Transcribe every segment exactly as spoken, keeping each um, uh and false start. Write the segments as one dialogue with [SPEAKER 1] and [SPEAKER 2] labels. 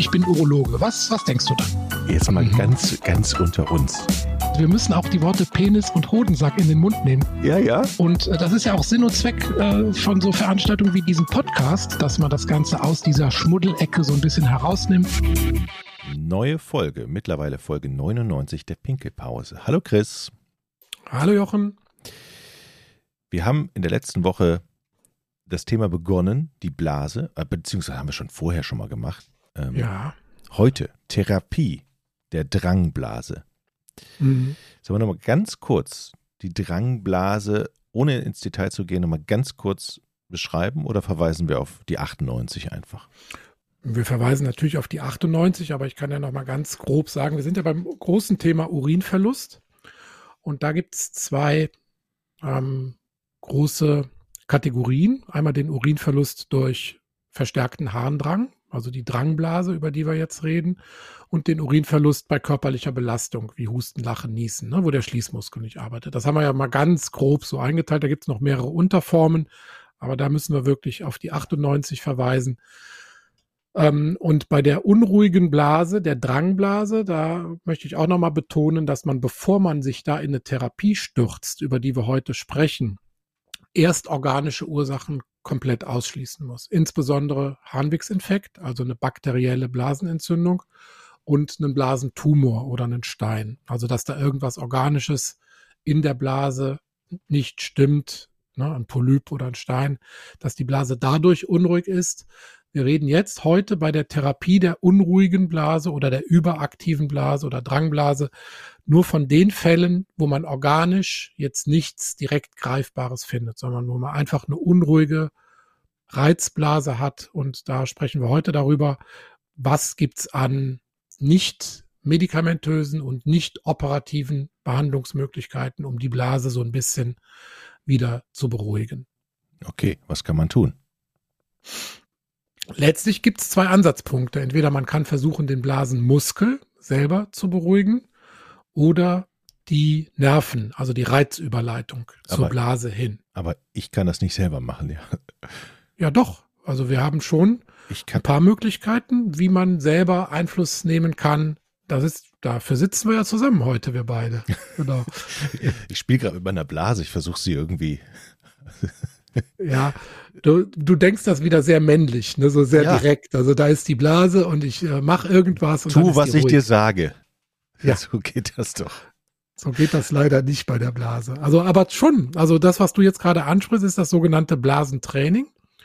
[SPEAKER 1] ich bin Urologe. Was, was denkst du dann?
[SPEAKER 2] Jetzt mal ganz, ganz unter uns.
[SPEAKER 1] Wir müssen auch die Worte Penis und Hodensack in den Mund nehmen.
[SPEAKER 2] Ja, ja.
[SPEAKER 1] Und äh, das ist ja auch Sinn und Zweck äh, von so Veranstaltungen wie diesem Podcast, dass man das Ganze aus dieser Schmuddelecke so ein bisschen herausnimmt.
[SPEAKER 2] Neue Folge, mittlerweile Folge neunundneunzig der Pinkelpause. Hallo Chris.
[SPEAKER 1] Hallo Jochen.
[SPEAKER 2] Wir haben in der letzten Woche das Thema begonnen, die Blase, äh, beziehungsweise haben wir schon vorher schon mal gemacht. Ähm,
[SPEAKER 1] ja.
[SPEAKER 2] Heute Therapie der Drangblase.
[SPEAKER 1] Mhm.
[SPEAKER 2] Sollen wir nochmal ganz kurz die Drangblase, ohne ins Detail zu gehen, nochmal ganz kurz beschreiben oder verweisen wir auf die achtundneunzig einfach?
[SPEAKER 1] Wir verweisen natürlich auf die achtundneunzig, aber ich kann ja nochmal ganz grob sagen, wir sind ja beim großen Thema Urinverlust und da gibt es zwei ähm, große Kategorien. Einmal den Urinverlust durch verstärkten Harndrang, also die Drangblase, über die wir jetzt reden, und den Urinverlust bei körperlicher Belastung, wie Husten, Lachen, Niesen, ne, wo der Schließmuskel nicht arbeitet. Das haben wir ja mal ganz grob so eingeteilt. Da gibt es noch mehrere Unterformen, aber da müssen wir wirklich auf die achtundneunzig verweisen. Ähm, und bei der unruhigen Blase, der Drangblase, da möchte ich auch nochmal betonen, dass man, bevor man sich da in eine Therapie stürzt, über die wir heute sprechen, erst organische Ursachen komplett ausschließen muss. Insbesondere Harnwegsinfekt, also eine bakterielle Blasenentzündung und einen Blasentumor oder einen Stein. Also dass da irgendwas Organisches in der Blase nicht stimmt, ne, ein Polyp oder ein Stein, dass die Blase dadurch unruhig ist. Wir reden jetzt heute bei der Therapie der unruhigen Blase oder der überaktiven Blase oder Drangblase nur von den Fällen, wo man organisch jetzt nichts direkt Greifbares findet, sondern wo man einfach eine unruhige Reizblase hat. Und da sprechen wir heute darüber, was gibt's an nicht medikamentösen und nicht operativen Behandlungsmöglichkeiten, um die Blase so ein bisschen wieder zu beruhigen.
[SPEAKER 2] Okay, was kann man tun?
[SPEAKER 1] Letztlich gibt es zwei Ansatzpunkte. Entweder man kann versuchen, den Blasenmuskel selber zu beruhigen oder die Nerven, also die Reizüberleitung zur
[SPEAKER 2] aber,
[SPEAKER 1] Blase hin.
[SPEAKER 2] Aber ich kann das nicht selber machen, ja.
[SPEAKER 1] Ja doch, also wir haben schon
[SPEAKER 2] ich kann,
[SPEAKER 1] ein paar Möglichkeiten, wie man selber Einfluss nehmen kann. Das ist, dafür sitzen wir ja zusammen heute, wir beide. Genau.
[SPEAKER 2] Ich spiele gerade mit meiner Blase, ich versuche sie irgendwie...
[SPEAKER 1] Ja, du, du denkst das wieder sehr männlich, ne, so sehr
[SPEAKER 2] ja.
[SPEAKER 1] direkt. Also da ist die Blase und ich äh, mache irgendwas. Und
[SPEAKER 2] tu,
[SPEAKER 1] dann ist
[SPEAKER 2] was
[SPEAKER 1] die
[SPEAKER 2] ich
[SPEAKER 1] ruhig.
[SPEAKER 2] dir sage.
[SPEAKER 1] Ja.
[SPEAKER 2] So geht das doch.
[SPEAKER 1] So geht das leider nicht bei der Blase. Also, aber schon. Also das, was du jetzt gerade ansprichst, ist das sogenannte Blasentraining.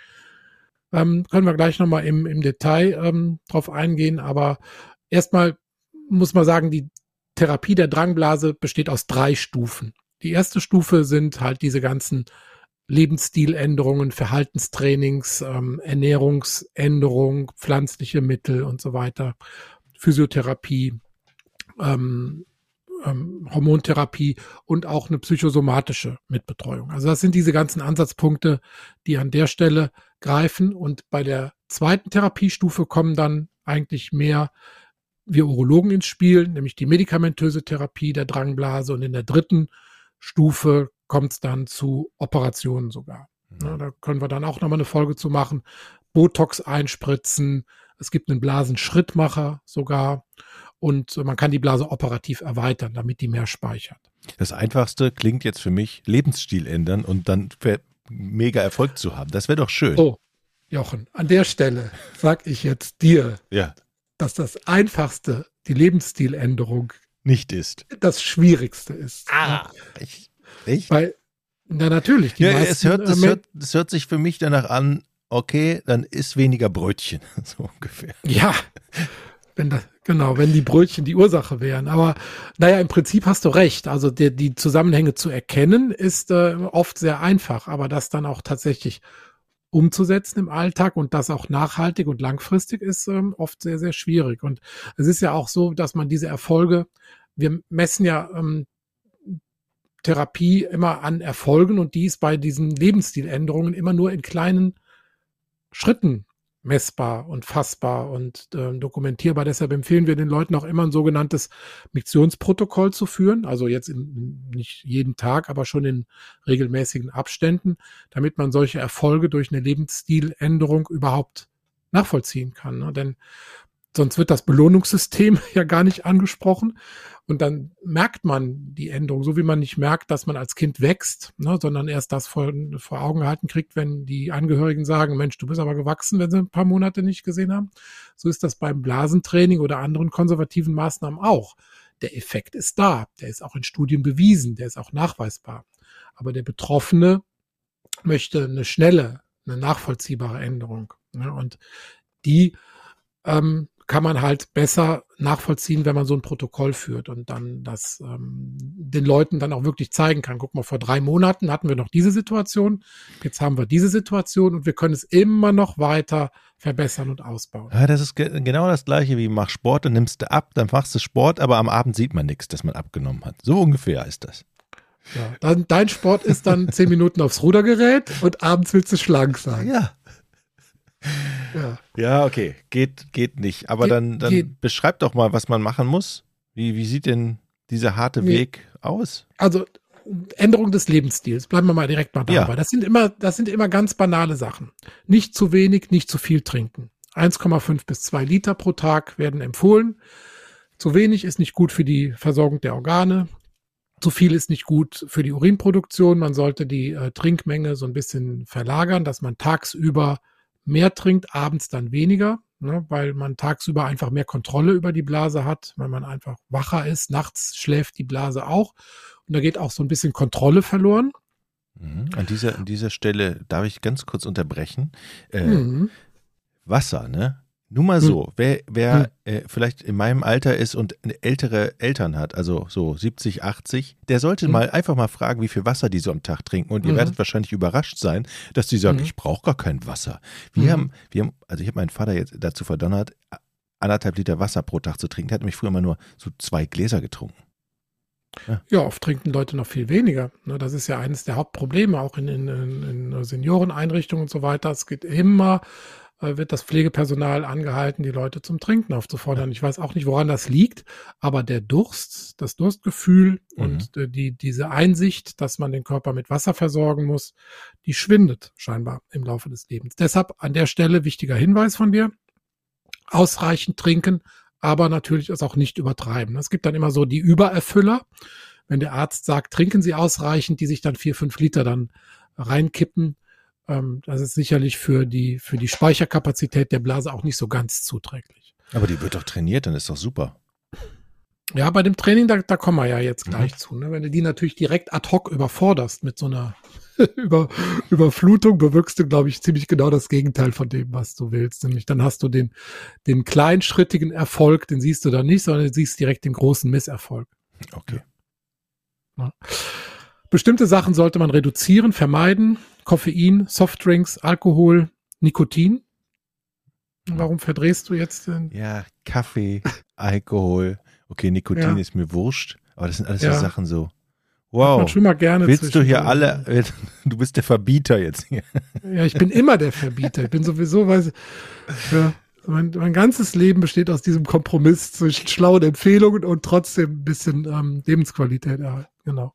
[SPEAKER 1] Ähm, können wir gleich nochmal im, im Detail ähm, drauf eingehen. Aber erstmal muss man sagen, die Therapie der Drangblase besteht aus drei Stufen. Die erste Stufe sind halt diese ganzen Lebensstiländerungen, Verhaltenstrainings, ähm, Ernährungsänderung, pflanzliche Mittel und so weiter, Physiotherapie, ähm, ähm, Hormontherapie und auch eine psychosomatische Mitbetreuung. Also das sind diese ganzen Ansatzpunkte, die an der Stelle greifen. Und bei der zweiten Therapiestufe kommen dann eigentlich mehr wir Urologen ins Spiel, nämlich die medikamentöse Therapie der Drangblase. Und in der dritten Stufe kommt es dann zu Operationen sogar. Ja. Ja, da können wir dann auch nochmal eine Folge zu machen. Botox einspritzen. Es gibt einen Blasenschrittmacher sogar. Und man kann die Blase operativ erweitern, damit die mehr speichert.
[SPEAKER 2] Das Einfachste klingt jetzt für mich, Lebensstil ändern und dann mega Erfolg zu haben. Das wäre doch schön.
[SPEAKER 1] So, Jochen, an der Stelle sag ich jetzt dir,
[SPEAKER 2] ja.
[SPEAKER 1] dass das Einfachste, die Lebensstiländerung,
[SPEAKER 2] nicht ist.
[SPEAKER 1] Das Schwierigste ist.
[SPEAKER 2] Ah, ich, ich?
[SPEAKER 1] Weil, na natürlich, die
[SPEAKER 2] ja,
[SPEAKER 1] meisten,
[SPEAKER 2] es hört, es,
[SPEAKER 1] äh,
[SPEAKER 2] hört, es hört sich für mich danach an, okay, dann isst weniger Brötchen, so ungefähr.
[SPEAKER 1] Ja, wenn das, genau, wenn die Brötchen die Ursache wären. Aber naja, im Prinzip hast du recht. Also die, die Zusammenhänge zu erkennen, ist äh, oft sehr einfach, aber das dann auch tatsächlich umzusetzen im Alltag und das auch nachhaltig und langfristig ist ähm, oft sehr, sehr schwierig. Und es ist ja auch so, dass man diese Erfolge, wir messen ja ähm, Therapie immer an Erfolgen und die ist bei diesen Lebensstiländerungen immer nur in kleinen Schritten messbar und fassbar und äh, dokumentierbar. Deshalb empfehlen wir den Leuten auch immer ein sogenanntes Miktionsprotokoll zu führen, also jetzt in, nicht jeden Tag, aber schon in regelmäßigen Abständen, damit man solche Erfolge durch eine Lebensstiländerung überhaupt nachvollziehen kann. Ne? Denn sonst wird das Belohnungssystem ja gar nicht angesprochen. Und dann merkt man die Änderung, so wie man nicht merkt, dass man als Kind wächst, ne, sondern erst das vor, vor Augen gehalten kriegt, wenn die Angehörigen sagen, Mensch, du bist aber gewachsen, wenn sie ein paar Monate nicht gesehen haben. So ist das beim Blasentraining oder anderen konservativen Maßnahmen auch. Der Effekt ist da, der ist auch in Studien bewiesen, der ist auch nachweisbar. Aber der Betroffene möchte eine schnelle, eine nachvollziehbare Änderung. Ne, und die ähm, kann man halt besser nachvollziehen, wenn man so ein Protokoll führt und dann das ähm, den Leuten dann auch wirklich zeigen kann. Guck mal, vor drei Monaten hatten wir noch diese Situation, jetzt haben wir diese Situation und wir können es immer noch weiter verbessern und ausbauen.
[SPEAKER 2] Ja, das ist ge- genau das Gleiche wie mach Sport, dann nimmst du ab, dann machst du Sport, aber am Abend sieht man nichts, dass man abgenommen hat. So ungefähr ist das.
[SPEAKER 1] Ja, dann, dein Sport ist dann zehn Minuten aufs Rudergerät und abends willst du schlank sein.
[SPEAKER 2] Ja.
[SPEAKER 1] Ja,
[SPEAKER 2] ja, okay, geht, geht nicht. Aber
[SPEAKER 1] Ge-
[SPEAKER 2] dann, dann
[SPEAKER 1] geht.
[SPEAKER 2] beschreib doch mal, was man machen muss. Wie, wie sieht denn dieser harte
[SPEAKER 1] Nee.
[SPEAKER 2] Weg aus?
[SPEAKER 1] Also Änderung des Lebensstils, bleiben wir mal direkt mal dabei.
[SPEAKER 2] Ja.
[SPEAKER 1] Das sind immer, das sind immer ganz banale Sachen. Nicht zu wenig, nicht zu viel trinken. eins Komma fünf bis zwei Liter pro Tag werden empfohlen. Zu wenig ist nicht gut für die Versorgung der Organe. Zu viel ist nicht gut für die Urinproduktion. Man sollte die äh, Trinkmenge so ein bisschen verlagern, dass man tagsüber mehr trinkt, abends dann weniger, ne, weil man tagsüber einfach mehr Kontrolle über die Blase hat, weil man einfach wacher ist. Nachts schläft die Blase auch und da geht auch so ein bisschen Kontrolle verloren.
[SPEAKER 2] Mhm. An dieser, an dieser Stelle darf ich ganz kurz unterbrechen. Äh,
[SPEAKER 1] Mhm.
[SPEAKER 2] Wasser, ne? Nur mal so, wer, wer äh, vielleicht in meinem Alter ist und ältere Eltern hat, also so siebzig, achtzig, der sollte
[SPEAKER 1] Mhm.
[SPEAKER 2] mal einfach mal fragen, wie viel Wasser die so am Tag trinken. Und ihr
[SPEAKER 1] Mhm.
[SPEAKER 2] werdet wahrscheinlich überrascht sein, dass die sagen,
[SPEAKER 1] Mhm.
[SPEAKER 2] ich brauche gar kein Wasser. Wir
[SPEAKER 1] Mhm.
[SPEAKER 2] haben, wir haben, also ich habe meinen Vater jetzt dazu verdonnert, anderthalb Liter Wasser pro Tag zu trinken. Der hat nämlich früher immer nur so zwei Gläser getrunken.
[SPEAKER 1] Ja, oft trinken Leute noch viel weniger. Ne, das ist ja eines der Hauptprobleme, auch in, in, in in Senioreneinrichtungen und so weiter. Es geht immer, äh, wird das Pflegepersonal angehalten, die Leute zum Trinken aufzufordern. Ich weiß auch nicht, woran das liegt, aber der Durst, das Durstgefühl
[SPEAKER 2] Mhm.
[SPEAKER 1] und äh, die, diese Einsicht, dass man den Körper mit Wasser versorgen muss, die schwindet scheinbar im Laufe des Lebens. Deshalb an der Stelle wichtiger Hinweis von dir, ausreichend trinken, aber natürlich es auch nicht übertreiben. Es gibt dann immer so die Übererfüller. Wenn der Arzt sagt, trinken Sie ausreichend, die sich dann vier, fünf Liter dann reinkippen. Ähm, das ist sicherlich für die, für die Speicherkapazität der Blase auch nicht so ganz zuträglich.
[SPEAKER 2] Aber die wird doch trainiert, dann ist doch super.
[SPEAKER 1] Ja, bei dem Training, da, da kommen wir ja jetzt gleich
[SPEAKER 2] Mhm.
[SPEAKER 1] zu. Ne? Wenn du die natürlich direkt ad hoc überforderst mit so einer Über, Überflutung, bewirkst du, glaube ich, ziemlich genau das Gegenteil von dem, was du willst. Nämlich dann hast du den, den kleinschrittigen Erfolg, den siehst du dann nicht, sondern du siehst direkt den großen Misserfolg.
[SPEAKER 2] Okay.
[SPEAKER 1] Ne? Bestimmte Sachen sollte man reduzieren, vermeiden. Koffein, Softdrinks, Alkohol, Nikotin. Warum verdrehst du jetzt den?
[SPEAKER 2] Ja, Kaffee, Alkohol. Okay, Nikotin
[SPEAKER 1] Ja.
[SPEAKER 2] ist mir wurscht, aber das sind alles
[SPEAKER 1] Ja.
[SPEAKER 2] so Sachen so.
[SPEAKER 1] Hat
[SPEAKER 2] Wow.
[SPEAKER 1] man schon mal gerne
[SPEAKER 2] Willst du hier
[SPEAKER 1] zwischendurch.
[SPEAKER 2] alle, du bist der Verbieter jetzt hier.
[SPEAKER 1] Ja, ich bin immer der Verbieter. Ich bin sowieso, weil ja, mein, mein ganzes Leben besteht aus diesem Kompromiss zwischen schlauen Empfehlungen und trotzdem ein bisschen ähm, Lebensqualität erhalten. Genau.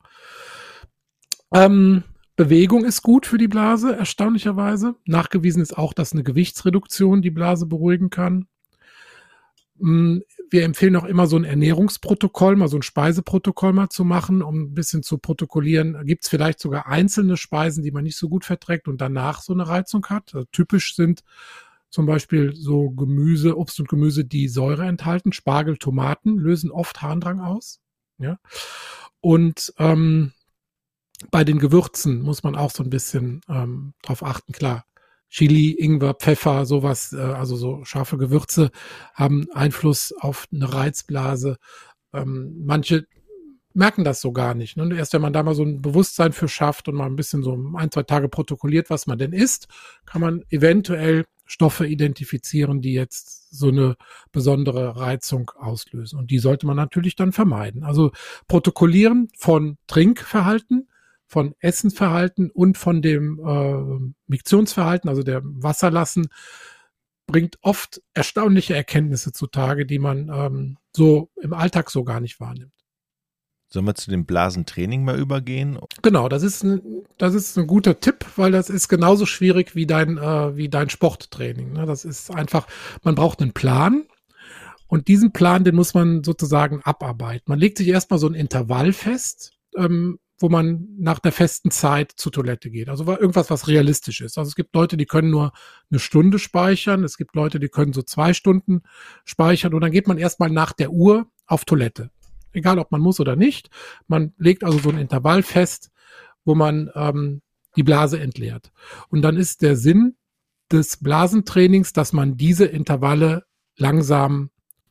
[SPEAKER 1] Ähm, Bewegung ist gut für die Blase, erstaunlicherweise. Nachgewiesen ist auch, dass eine Gewichtsreduktion die Blase beruhigen kann. Mm, Wir empfehlen auch immer so ein Ernährungsprotokoll, mal so ein Speiseprotokoll mal zu machen, um ein bisschen zu protokollieren. Gibt es vielleicht sogar einzelne Speisen, die man nicht so gut verträgt und danach so eine Reizung hat? Also typisch sind zum Beispiel so Gemüse, Obst und Gemüse, die Säure enthalten. Spargel, Tomaten lösen oft Harndrang aus. Ja. Und ähm, bei den Gewürzen muss man auch so ein bisschen ähm, drauf achten. Klar, Chili, Ingwer, Pfeffer, sowas, äh, also so scharfe Gewürze haben Einfluss auf eine Reizblase. Ähm, manche merken das so gar nicht. Ne? Und erst wenn man da mal so ein Bewusstsein für schafft und mal ein bisschen so ein, zwei Tage protokolliert, was man denn isst, kann man eventuell Stoffe identifizieren, die jetzt so eine besondere Reizung auslösen. Und die sollte man natürlich dann vermeiden. Also protokollieren von Trinkverhalten, von Essenverhalten und von dem äh, Miktionsverhalten, also der Wasserlassen, bringt oft erstaunliche Erkenntnisse zutage, die man ähm, so im Alltag so gar nicht wahrnimmt.
[SPEAKER 2] Sollen wir zu dem Blasentraining mal übergehen?
[SPEAKER 1] Genau, das ist ein, das ist ein guter Tipp, weil das ist genauso schwierig wie dein, äh, wie dein Sporttraining. Ne? Das ist einfach, man braucht einen Plan. Und diesen Plan, den muss man sozusagen abarbeiten. Man legt sich erstmal so ein Intervall fest, ähm, wo man nach der festen Zeit zur Toilette geht. Also irgendwas, was realistisch ist. Also es gibt Leute, die können nur eine Stunde speichern. Es gibt Leute, die können so zwei Stunden speichern. Und dann geht man erstmal nach der Uhr auf Toilette. Egal, ob man muss oder nicht. Man legt also so ein Intervall fest, wo man ähm, die Blase entleert. Und dann ist der Sinn des Blasentrainings, dass man diese Intervalle langsam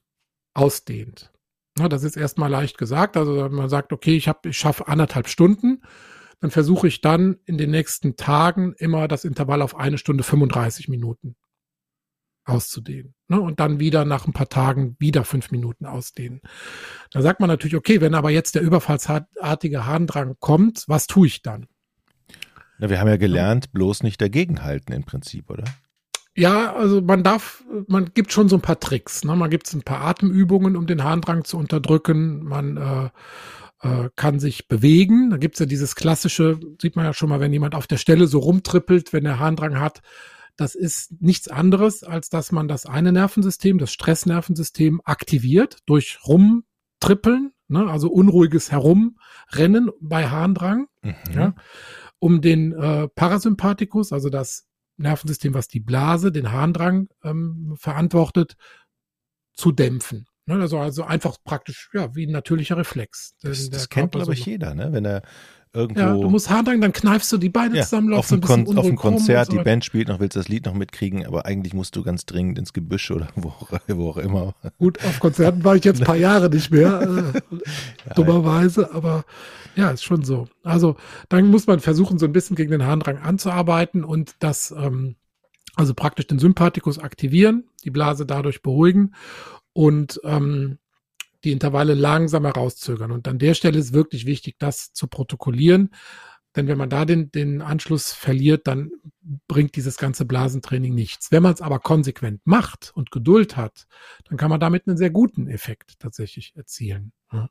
[SPEAKER 1] ausdehnt. Na, das ist erstmal leicht gesagt. Also man sagt, okay, ich, hab, ich schaffe anderthalb Stunden. Dann versuche ich dann in den nächsten Tagen immer das Intervall auf eine Stunde fünfunddreißig Minuten auszudehnen. Ne? Und dann wieder nach ein paar Tagen wieder fünf Minuten ausdehnen. Da sagt man natürlich, okay, wenn aber jetzt der überfallsartige Harndrang kommt, was tue ich dann?
[SPEAKER 2] Na, wir haben ja gelernt, bloß nicht dagegenhalten im Prinzip, oder?
[SPEAKER 1] Ja, also man darf, man gibt schon so ein paar Tricks. Ne? Man gibt ein paar Atemübungen, um den Harndrang zu unterdrücken. Man äh, äh, kann sich bewegen. Da gibt's ja dieses klassische, sieht man ja schon mal, wenn jemand auf der Stelle so rumtrippelt, wenn er Harndrang hat. Das ist nichts anderes, als dass man das eine Nervensystem, das Stressnervensystem, aktiviert durch Rumtrippeln, ne? Also unruhiges Herumrennen bei Harndrang,
[SPEAKER 2] Mhm.
[SPEAKER 1] ja? Um den äh, Parasympathikus, also das Nervensystem, was die Blase, den Harndrang ähm, verantwortet, zu dämpfen. Ne? Also, also einfach praktisch, ja, wie ein natürlicher Reflex.
[SPEAKER 2] Das,
[SPEAKER 1] Den der
[SPEAKER 2] das kennt,
[SPEAKER 1] Körper
[SPEAKER 2] glaube ich,
[SPEAKER 1] so-
[SPEAKER 2] jeder, ne? Wenn er irgendwo
[SPEAKER 1] Ja, du musst Harndrang, dann kneifst du die Beine
[SPEAKER 2] ja,
[SPEAKER 1] zusammen,
[SPEAKER 2] auf
[SPEAKER 1] läufst so
[SPEAKER 2] dem,
[SPEAKER 1] ein bisschen
[SPEAKER 2] Kon auf dem
[SPEAKER 1] unruhig rum und
[SPEAKER 2] Konzert,
[SPEAKER 1] so
[SPEAKER 2] die
[SPEAKER 1] weiter.
[SPEAKER 2] Band spielt noch, willst das Lied noch mitkriegen, aber eigentlich musst du ganz dringend ins Gebüsch oder wo, wo auch immer.
[SPEAKER 1] Gut, auf Konzerten war ich jetzt ein paar Jahre nicht mehr, äh,
[SPEAKER 2] Ja,
[SPEAKER 1] dummerweise, aber ja, ist schon so. Also dann muss man versuchen, so ein bisschen gegen den Harndrang anzuarbeiten und das, ähm, also praktisch den Sympathikus aktivieren, die Blase dadurch beruhigen und ähm, die Intervalle langsam herauszögern. Und an der Stelle ist wirklich wichtig, das zu protokollieren, denn wenn man da den, den Anschluss verliert, dann bringt dieses ganze Blasentraining nichts. Wenn man es aber konsequent macht und Geduld hat, dann kann man damit einen sehr guten Effekt tatsächlich erzielen. Ja.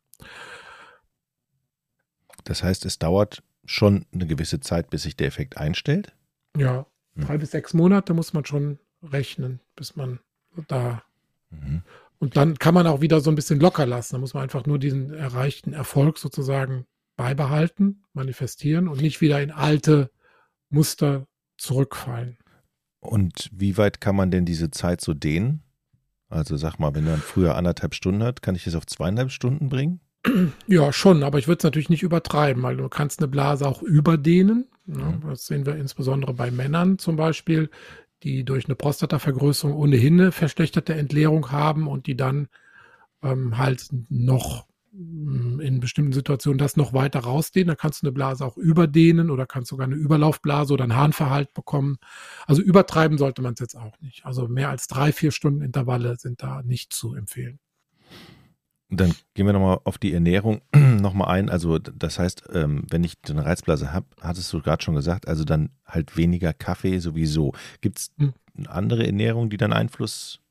[SPEAKER 2] das heißt, es dauert schon eine gewisse Zeit, bis sich der Effekt einstellt.
[SPEAKER 1] Ja,
[SPEAKER 2] Hm.
[SPEAKER 1] drei bis sechs Monate muss man schon rechnen, bis man da.
[SPEAKER 2] Mhm.
[SPEAKER 1] Und dann kann man auch wieder so ein bisschen locker lassen. Da muss man einfach nur diesen erreichten Erfolg sozusagen beibehalten, manifestieren und nicht wieder in alte Muster zurückfallen.
[SPEAKER 2] Und wie weit kann man denn diese Zeit so dehnen? Also sag mal, wenn man früher anderthalb Stunden hat, kann ich das auf zweieinhalb Stunden bringen?
[SPEAKER 1] Ja, schon, aber ich würde es natürlich nicht übertreiben, weil du kannst eine Blase auch überdehnen. Ja,
[SPEAKER 2] Mhm.
[SPEAKER 1] das sehen wir insbesondere bei Männern zum Beispiel, die durch eine Prostatavergrößerung ohnehin eine verschlechterte Entleerung haben und die dann ähm, halt noch mh, in bestimmten Situationen das noch weiter rausdehnen. Da kannst du eine Blase auch überdehnen oder kannst sogar eine Überlaufblase oder einen Harnverhalt bekommen. Also übertreiben sollte man es jetzt auch nicht. Also mehr als drei, vier Stunden Intervalle sind da nicht zu empfehlen.
[SPEAKER 2] Und dann gehen wir nochmal auf die Ernährung nochmal ein. Also das heißt, ähm, wenn ich so eine Reizblase habe, hattest du gerade schon gesagt, also dann halt weniger Kaffee sowieso. Gibt es
[SPEAKER 1] Hm.
[SPEAKER 2] eine andere Ernährung, die dann Einfluss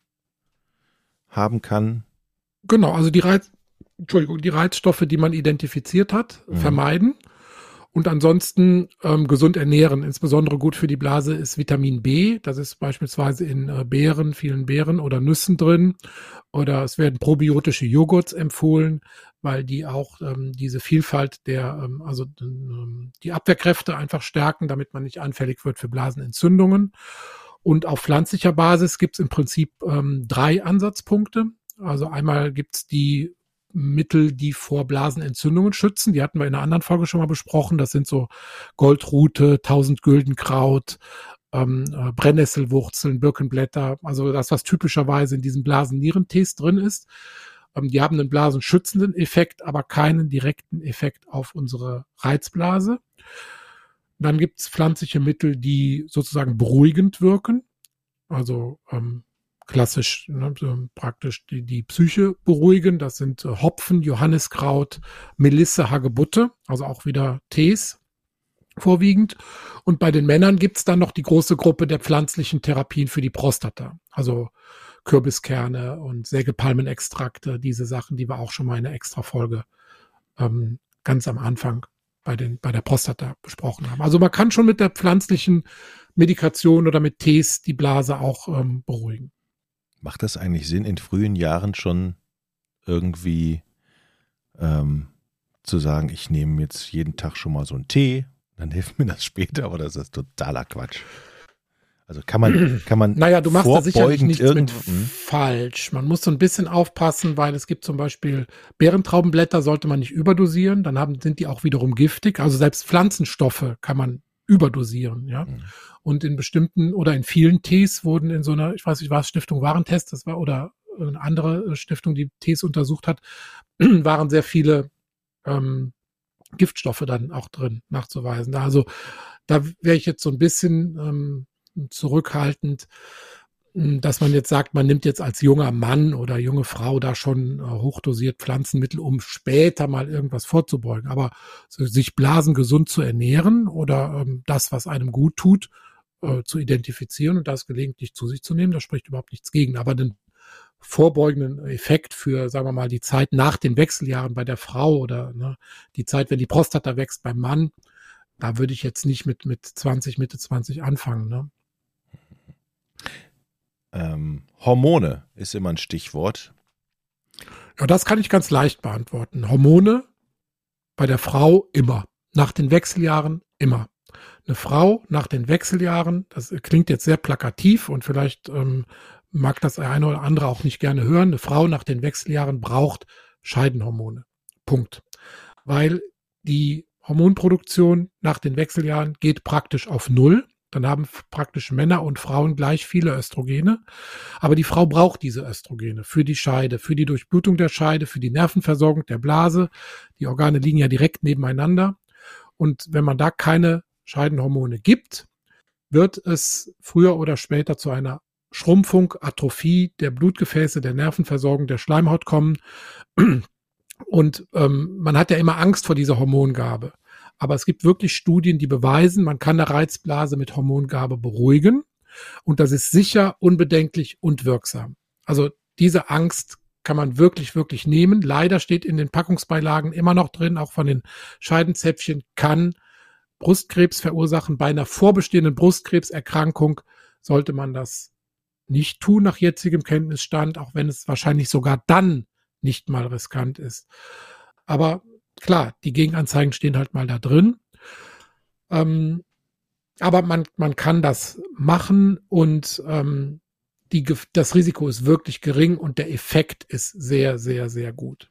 [SPEAKER 2] haben kann?
[SPEAKER 1] Genau, also die Reiz, Entschuldigung, die Reizstoffe, die man identifiziert hat,
[SPEAKER 2] Mhm.
[SPEAKER 1] vermeiden. Und ansonsten ähm, gesund ernähren. Insbesondere gut für die Blase ist Vitamin B. Das ist beispielsweise in äh, Beeren, vielen Beeren oder Nüssen drin. Oder es werden probiotische Joghurts empfohlen, weil die auch ähm, diese Vielfalt der, ähm, also ähm, die Abwehrkräfte einfach stärken, damit man nicht anfällig wird für Blasenentzündungen. Und auf pflanzlicher Basis gibt es im Prinzip ähm, drei Ansatzpunkte. Also einmal gibt es die Mittel, die vor Blasenentzündungen schützen. Die hatten wir in einer anderen Folge schon mal besprochen. Das sind so Goldrute, Tausendgüldenkraut, ähm, äh, Brennnesselwurzeln, Birkenblätter. Also das, was typischerweise in diesen Blasennierentees drin ist. Ähm, die haben einen blasenschützenden Effekt, aber keinen direkten Effekt auf unsere Reizblase. Dann gibt es pflanzliche Mittel, die sozusagen beruhigend wirken. Also ähm, klassisch, ne, so praktisch die, die Psyche beruhigen. Das sind äh, Hopfen, Johanniskraut, Melisse, Hagebutte, also auch wieder Tees vorwiegend. Und bei den Männern gibt es dann noch die große Gruppe der pflanzlichen Therapien für die Prostata. Also Kürbiskerne und Sägepalmenextrakte, diese Sachen, die wir auch schon mal in einer Extra-Folge ähm, ganz am Anfang bei, den, bei der Prostata besprochen haben. Also man kann schon mit der pflanzlichen Medikation oder mit Tees die Blase auch ähm, beruhigen.
[SPEAKER 2] Macht das eigentlich Sinn, in frühen Jahren schon irgendwie ähm, zu sagen, ich nehme jetzt jeden Tag schon mal so einen Tee, dann hilft mir das später, oder ist das totaler Quatsch? Also kann man, kann man
[SPEAKER 1] Naja, du machst da sicherlich nichts mit
[SPEAKER 2] irgend- hm?
[SPEAKER 1] falsch. Man muss so ein bisschen aufpassen, weil es gibt zum Beispiel Beerentraubenblätter sollte man nicht überdosieren, dann haben, sind die auch wiederum giftig. Also selbst Pflanzenstoffe kann man überdosieren, ja.
[SPEAKER 2] Mhm.
[SPEAKER 1] Und in bestimmten oder in vielen Tees wurden in so einer, ich weiß nicht, war es Stiftung Warentest, das war, oder eine andere Stiftung, die Tees untersucht hat, waren sehr viele ähm, Giftstoffe dann auch drin nachzuweisen. Also da wäre ich jetzt so ein bisschen ähm, zurückhaltend, dass man jetzt sagt, man nimmt jetzt als junger Mann oder junge Frau da schon äh, hochdosiert Pflanzenmittel, um später mal irgendwas vorzubeugen. Aber so, sich blasengesund zu ernähren oder ähm, das, was einem gut tut, äh, zu identifizieren und das gelegentlich zu sich zu nehmen, da spricht überhaupt nichts gegen. Aber den vorbeugenden Effekt für, sagen wir mal, die Zeit nach den Wechseljahren bei der Frau oder ne, die Zeit, wenn die Prostata wächst beim Mann, da würde ich jetzt nicht mit, mit zwanzig, Mitte zwanzig anfangen. Ne?
[SPEAKER 2] Ähm, Hormone ist immer ein Stichwort.
[SPEAKER 1] Ja, das kann ich ganz leicht beantworten. Hormone bei der Frau immer. Nach den Wechseljahren immer. Eine Frau nach den Wechseljahren, das klingt jetzt sehr plakativ und vielleicht ähm, mag das eine oder andere auch nicht gerne hören. Eine Frau nach den Wechseljahren braucht Scheidenhormone. Punkt. Weil die Hormonproduktion nach den Wechseljahren geht praktisch auf Null. Dann haben praktisch Männer und Frauen gleich viele Östrogene. Aber die Frau braucht diese Östrogene für die Scheide, für die Durchblutung der Scheide, für die Nervenversorgung der Blase. Die Organe liegen ja direkt nebeneinander. Und wenn man da keine Scheidenhormone gibt, wird es früher oder später zu einer Schrumpfung, Atrophie der Blutgefäße, der Nervenversorgung, der Schleimhaut kommen. Und ähm, man hat ja immer Angst vor dieser Hormongabe. Aber es gibt wirklich Studien, die beweisen, man kann eine Reizblase mit Hormongabe beruhigen. Und das ist sicher, unbedenklich und wirksam. Also diese Angst kann man wirklich, wirklich nehmen. Leider steht in den Packungsbeilagen immer noch drin, auch von den Scheidenzäpfchen, kann Brustkrebs verursachen. Bei einer vorbestehenden Brustkrebserkrankung sollte man das nicht tun nach jetzigem Kenntnisstand, auch wenn es wahrscheinlich sogar dann nicht mal riskant ist. Aber klar, die Gegenanzeigen stehen halt mal da drin. Ähm, aber man, man kann das machen und ähm, die, das Risiko ist wirklich gering und der Effekt ist sehr, sehr, sehr gut.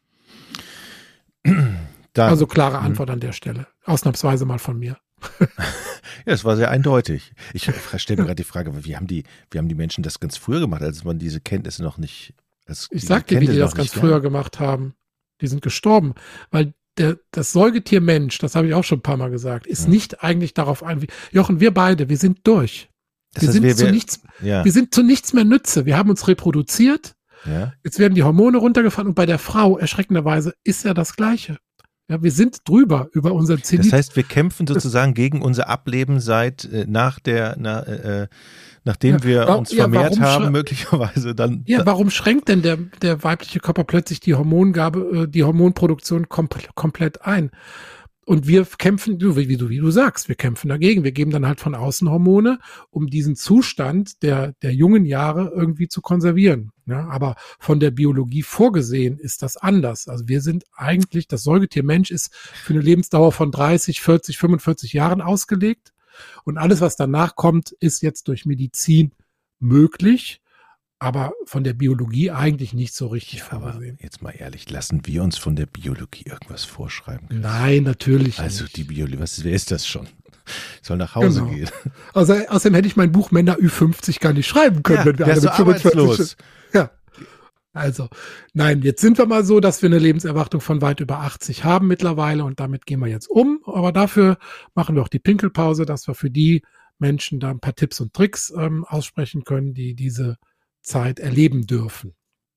[SPEAKER 1] Dann, also klare Antwort an der Stelle. Ausnahmsweise mal von mir.
[SPEAKER 2] Ja, es war sehr eindeutig. Ich stelle mir gerade die Frage, wie haben die, wie haben die Menschen das ganz früher gemacht, als man diese Kenntnisse noch nicht...
[SPEAKER 1] Ich sag dir, wie die das ganz früher gemacht haben. Die sind gestorben, weil der, das Säugetier Mensch, das habe ich auch schon ein paar Mal gesagt, ist ja. nicht eigentlich darauf ein. Jochen, wir beide, wir sind durch. Wir, heißt, sind wir, zu wir, nichts, ja. wir sind zu nichts mehr Nütze. Wir haben uns reproduziert. Ja. Jetzt werden die Hormone runtergefahren und bei der Frau, erschreckenderweise, ist ja das Gleiche. Ja, wir sind drüber über unseren Zenit.
[SPEAKER 2] Das heißt, wir kämpfen sozusagen gegen unser Ableben seit äh, nach der, na, äh, nachdem ja, wir warum, uns vermehrt ja, haben, möglicherweise dann.
[SPEAKER 1] Ja, warum schränkt denn der, der weibliche Körper plötzlich die Hormongabe, die Hormonproduktion kom- komplett ein? Und wir kämpfen, wie du, wie du sagst, wir kämpfen dagegen. Wir geben dann halt von außen Hormone, um diesen Zustand der, der jungen Jahre irgendwie zu konservieren. Ja, aber von der Biologie vorgesehen ist das anders. Also wir sind eigentlich, das Säugetier Mensch ist für eine Lebensdauer von dreißig, vierzig, fünfundvierzig Jahren ausgelegt. Und alles, was danach kommt, ist jetzt durch Medizin möglich, aber von der Biologie eigentlich nicht so richtig ja, vorgesehen.
[SPEAKER 2] Jetzt mal ehrlich, lassen wir uns von der Biologie irgendwas vorschreiben können?
[SPEAKER 1] Nein, natürlich
[SPEAKER 2] Also
[SPEAKER 1] nicht.
[SPEAKER 2] die Biologie, was, wer ist das schon? Soll nach Hause genau. gehen.
[SPEAKER 1] Also, außerdem hätte ich mein Buch Männer Ü fünfzig gar nicht schreiben können,
[SPEAKER 2] ja,
[SPEAKER 1] wenn wir alle mit fünfundvierzig. Ja. Also, nein, jetzt sind wir mal so, dass wir eine Lebenserwartung von weit über achtzig haben mittlerweile und damit gehen wir jetzt um. Aber dafür machen wir auch die Pinkelpause, dass wir für die Menschen da ein paar Tipps und Tricks ähm, aussprechen können, die diese Zeit erleben dürfen.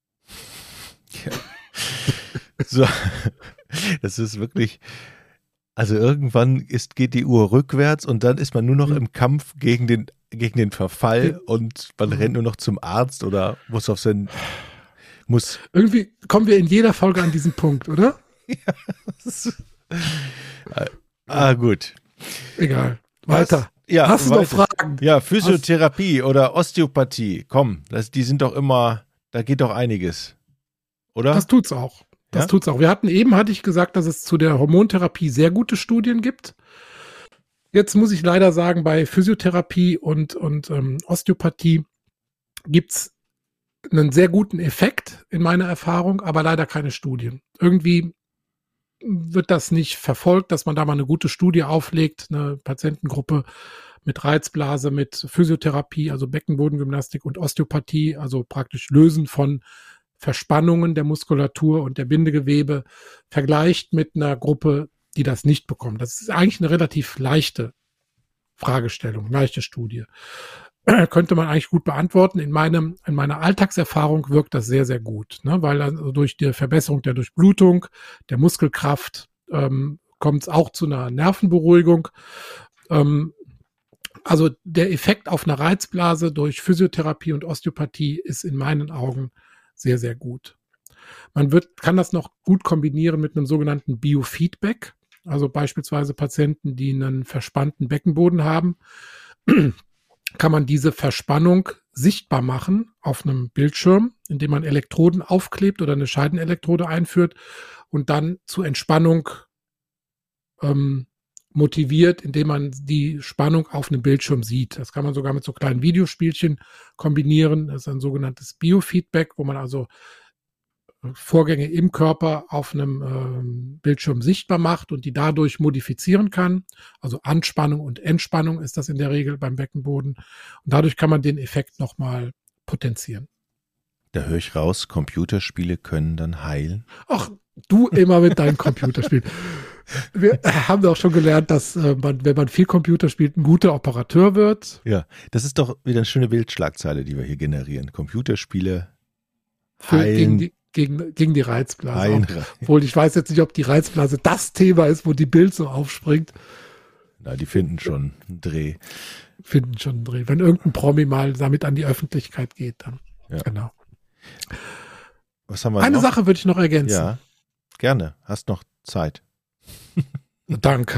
[SPEAKER 2] Ja. So, das ist wirklich, also irgendwann ist, geht die Uhr rückwärts und dann ist man nur noch mhm. im Kampf gegen den, gegen den Verfall ja. und man mhm. rennt nur noch zum Arzt oder muss auf sein, muss.
[SPEAKER 1] Irgendwie kommen wir in jeder Folge an diesen Punkt, oder?
[SPEAKER 2] Ja. Das ist, ah, gut.
[SPEAKER 1] Egal. Weiter.
[SPEAKER 2] Ja,
[SPEAKER 1] Hast du noch Fragen?
[SPEAKER 2] Ja, Physiotherapie Hast oder Osteopathie. Komm, das, die sind doch immer, da geht doch einiges. Oder?
[SPEAKER 1] Das tut's auch. Das ja? tut's auch. Wir hatten eben, hatte ich gesagt, dass es zu der Hormontherapie sehr gute Studien gibt. Jetzt muss ich leider sagen, bei Physiotherapie und, und ähm, Osteopathie gibt's einen sehr guten Effekt in meiner Erfahrung, aber leider keine Studien. Irgendwie wird das nicht verfolgt, dass man da mal eine gute Studie auflegt, eine Patientengruppe mit Reizblase, mit Physiotherapie, also Beckenbodengymnastik und Osteopathie, also praktisch Lösen von Verspannungen der Muskulatur und der Bindegewebe, vergleicht mit einer Gruppe, die das nicht bekommt. Das ist eigentlich eine relativ leichte Fragestellung, leichte Studie. Könnte man eigentlich gut beantworten. In meinem, in meiner Alltagserfahrung wirkt das sehr, sehr gut, ne? Weil also durch die Verbesserung der Durchblutung, der Muskelkraft ähm, kommt es auch zu einer Nervenberuhigung. Ähm, also der Effekt auf eine Reizblase durch Physiotherapie und Osteopathie ist in meinen Augen sehr, sehr gut. Man wird, kann das noch gut kombinieren mit einem sogenannten Biofeedback, also beispielsweise Patienten, die einen verspannten Beckenboden haben, kann man diese Verspannung sichtbar machen auf einem Bildschirm, indem man Elektroden aufklebt oder eine Scheidenelektrode einführt und dann zur Entspannung ähm, motiviert, indem man die Spannung auf einem Bildschirm sieht. Das kann man sogar mit so kleinen Videospielchen kombinieren. Das ist ein sogenanntes Biofeedback, wo man also Vorgänge im Körper auf einem ähm, Bildschirm sichtbar macht und die dadurch modifizieren kann. Also Anspannung und Entspannung ist das in der Regel beim Beckenboden. Und dadurch kann man den Effekt nochmal potenzieren.
[SPEAKER 2] Da höre ich raus, Computerspiele können dann heilen.
[SPEAKER 1] Ach, du immer mit deinen Computerspielen. Wir haben doch schon gelernt, dass äh, man, wenn man viel Computer spielt, ein guter Operateur wird.
[SPEAKER 2] Ja, das ist doch wieder eine schöne Bildschlagzeile, die wir hier generieren. Computerspiele heilen.
[SPEAKER 1] Gegen die, gegen, gegen die Reizblase. Obwohl ich weiß jetzt nicht, ob die Reizblase das Thema ist, wo die Bild so aufspringt.
[SPEAKER 2] Na, die finden schon einen Dreh.
[SPEAKER 1] Finden schon einen Dreh. Wenn irgendein Promi mal damit an die Öffentlichkeit geht, dann.
[SPEAKER 2] Ja.
[SPEAKER 1] Genau.
[SPEAKER 2] Was haben wir
[SPEAKER 1] Eine
[SPEAKER 2] noch?
[SPEAKER 1] Sache würde ich noch ergänzen.
[SPEAKER 2] Ja, gerne. Hast noch Zeit.
[SPEAKER 1] Danke.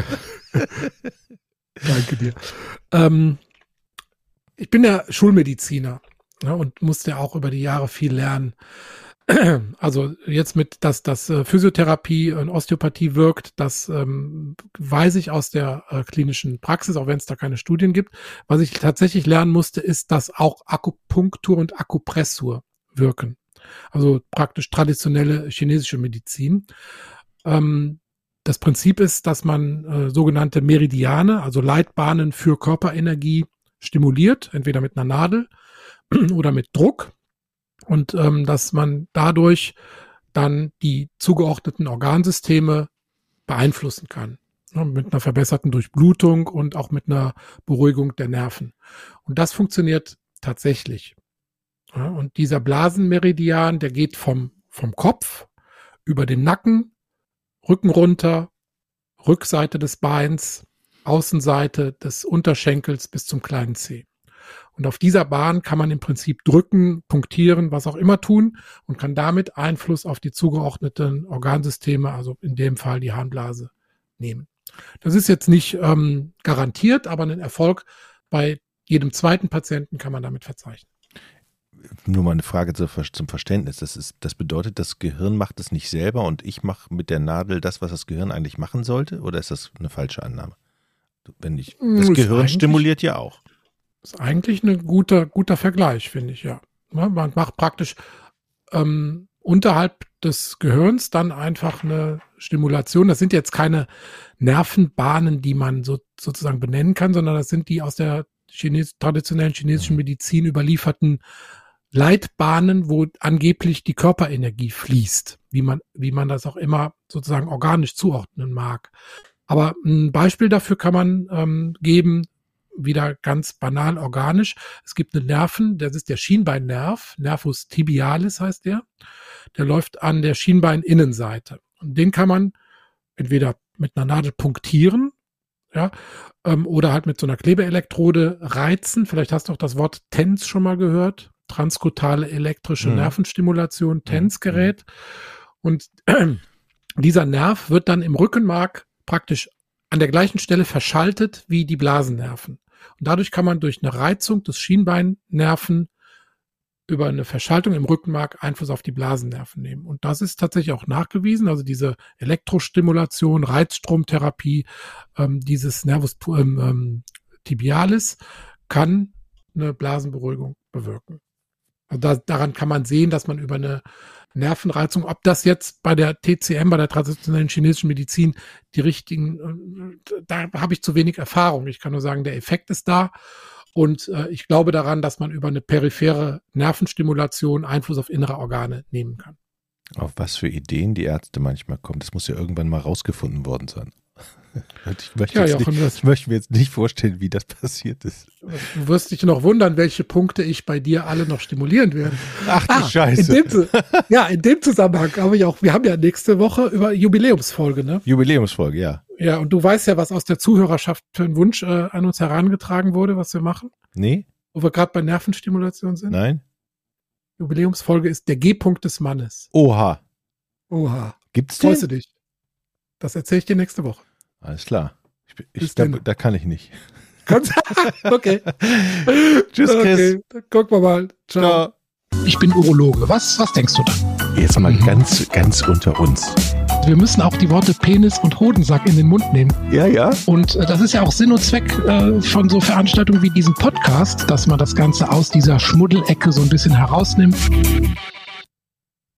[SPEAKER 1] Danke dir. Ähm, ich bin ja Schulmediziner, ne, und musste auch über die Jahre viel lernen. Also jetzt mit, dass das äh, Physiotherapie und Osteopathie wirkt, das ähm, weiß ich aus der äh, klinischen Praxis, auch wenn es da keine Studien gibt. Was ich tatsächlich lernen musste, ist, dass auch Akupunktur und Akupressur wirken. Also praktisch traditionelle chinesische Medizin. Ähm, Das Prinzip ist, dass man äh, sogenannte Meridiane, also Leitbahnen für Körperenergie stimuliert, entweder mit einer Nadel oder mit Druck, und ähm, dass man dadurch dann die zugeordneten Organsysteme beeinflussen kann, ne, mit einer verbesserten Durchblutung und auch mit einer Beruhigung der Nerven. Und das funktioniert tatsächlich. Ja, und dieser Blasenmeridian, der geht vom, vom Kopf über den Nacken, Rücken runter, Rückseite des Beins, Außenseite des Unterschenkels bis zum kleinen Zeh. Und auf dieser Bahn kann man im Prinzip drücken, punktieren, was auch immer tun und kann damit Einfluss auf die zugeordneten Organsysteme, also in dem Fall die Harnblase, nehmen. Das ist jetzt nicht ähm, garantiert, aber einen Erfolg bei jedem zweiten Patienten kann man damit verzeichnen.
[SPEAKER 2] Nur mal eine Frage zum Verständnis. Das ist, das bedeutet, das Gehirn macht es nicht selber und ich mache mit der Nadel das, was das Gehirn eigentlich machen sollte? Oder ist das eine falsche Annahme? Wenn ich, das ist Gehirn stimuliert ja auch.
[SPEAKER 1] Ist eigentlich ein guter, guter Vergleich, finde ich, ja. Ja, man macht praktisch ähm, unterhalb des Gehirns dann einfach eine Stimulation. Das sind jetzt keine Nervenbahnen, die man so, sozusagen benennen kann, sondern das sind die aus der Chines- traditionellen chinesischen Medizin überlieferten Leitbahnen, wo angeblich die Körperenergie fließt, wie man, wie man das auch immer sozusagen organisch zuordnen mag. Aber ein Beispiel dafür kann man ähm, geben, wieder ganz banal organisch. Es gibt einen Nerven, das ist der Schienbeinnerv, Nervus tibialis heißt der. Der läuft an der Schienbeininnenseite. Und den kann man entweder mit einer Nadel punktieren, ja, ähm, oder halt mit so einer Klebeelektrode reizen. Vielleicht hast du auch das Wort T E N S schon mal gehört. Transkutale elektrische mhm. Nervenstimulation, T E N S-Gerät. Und äh, dieser Nerv wird dann im Rückenmark praktisch an der gleichen Stelle verschaltet wie die Blasennerven. Und dadurch kann man durch eine Reizung des Schienbeinnerven über eine Verschaltung im Rückenmark Einfluss auf die Blasennerven nehmen. Und das ist tatsächlich auch nachgewiesen. Also diese Elektrostimulation, Reizstromtherapie, ähm, dieses Nervus ähm, tibialis kann eine Blasenberuhigung bewirken. Also da, daran kann man sehen, dass man über eine Nervenreizung, ob das jetzt bei der T C M, bei der traditionellen chinesischen Medizin, die richtigen, da habe ich zu wenig Erfahrung. Ich kann nur sagen, der Effekt ist da. Und äh, ich glaube daran, dass man über eine periphere Nervenstimulation Einfluss auf innere Organe nehmen kann.
[SPEAKER 2] Auf was für Ideen die Ärzte manchmal kommen, das muss ja irgendwann mal rausgefunden worden sein. Ich möchte,
[SPEAKER 1] ja,
[SPEAKER 2] jetzt
[SPEAKER 1] Jochen,
[SPEAKER 2] nicht, ich möchte mir jetzt nicht vorstellen, wie das passiert ist.
[SPEAKER 1] Du wirst dich noch wundern, welche Punkte ich bei dir alle noch stimulieren werde.
[SPEAKER 2] Ach du ah, Scheiße.
[SPEAKER 1] In dem, ja, in dem Zusammenhang habe ich auch, wir haben ja nächste Woche über Jubiläumsfolge, ne?
[SPEAKER 2] Jubiläumsfolge, ja.
[SPEAKER 1] Ja, und du weißt ja, was aus der Zuhörerschaft für einen Wunsch äh, an uns herangetragen wurde, was wir machen?
[SPEAKER 2] Nee.
[SPEAKER 1] Wo wir gerade bei Nervenstimulation sind?
[SPEAKER 2] Nein.
[SPEAKER 1] Jubiläumsfolge ist der G-Punkt des Mannes.
[SPEAKER 2] Oha.
[SPEAKER 1] Oha.
[SPEAKER 2] Gibt's den?
[SPEAKER 1] Freust du dich? Das erzähle ich dir nächste Woche.
[SPEAKER 2] Alles klar. Ich, ich, da, da kann ich nicht.
[SPEAKER 1] Okay.
[SPEAKER 2] Tschüss, Chris.
[SPEAKER 1] Okay. Dann gucken wir mal. Ciao. Ciao. Ich bin Urologe. Was, was denkst du da?
[SPEAKER 2] Jetzt mal mhm. ganz, ganz unter uns.
[SPEAKER 1] Wir müssen auch die Worte Penis und Hodensack in den Mund nehmen.
[SPEAKER 2] Ja, ja.
[SPEAKER 1] Und äh, das ist ja auch Sinn und Zweck äh, von so Veranstaltungen wie diesem Podcast, dass man das Ganze aus dieser Schmuddelecke so ein bisschen herausnimmt.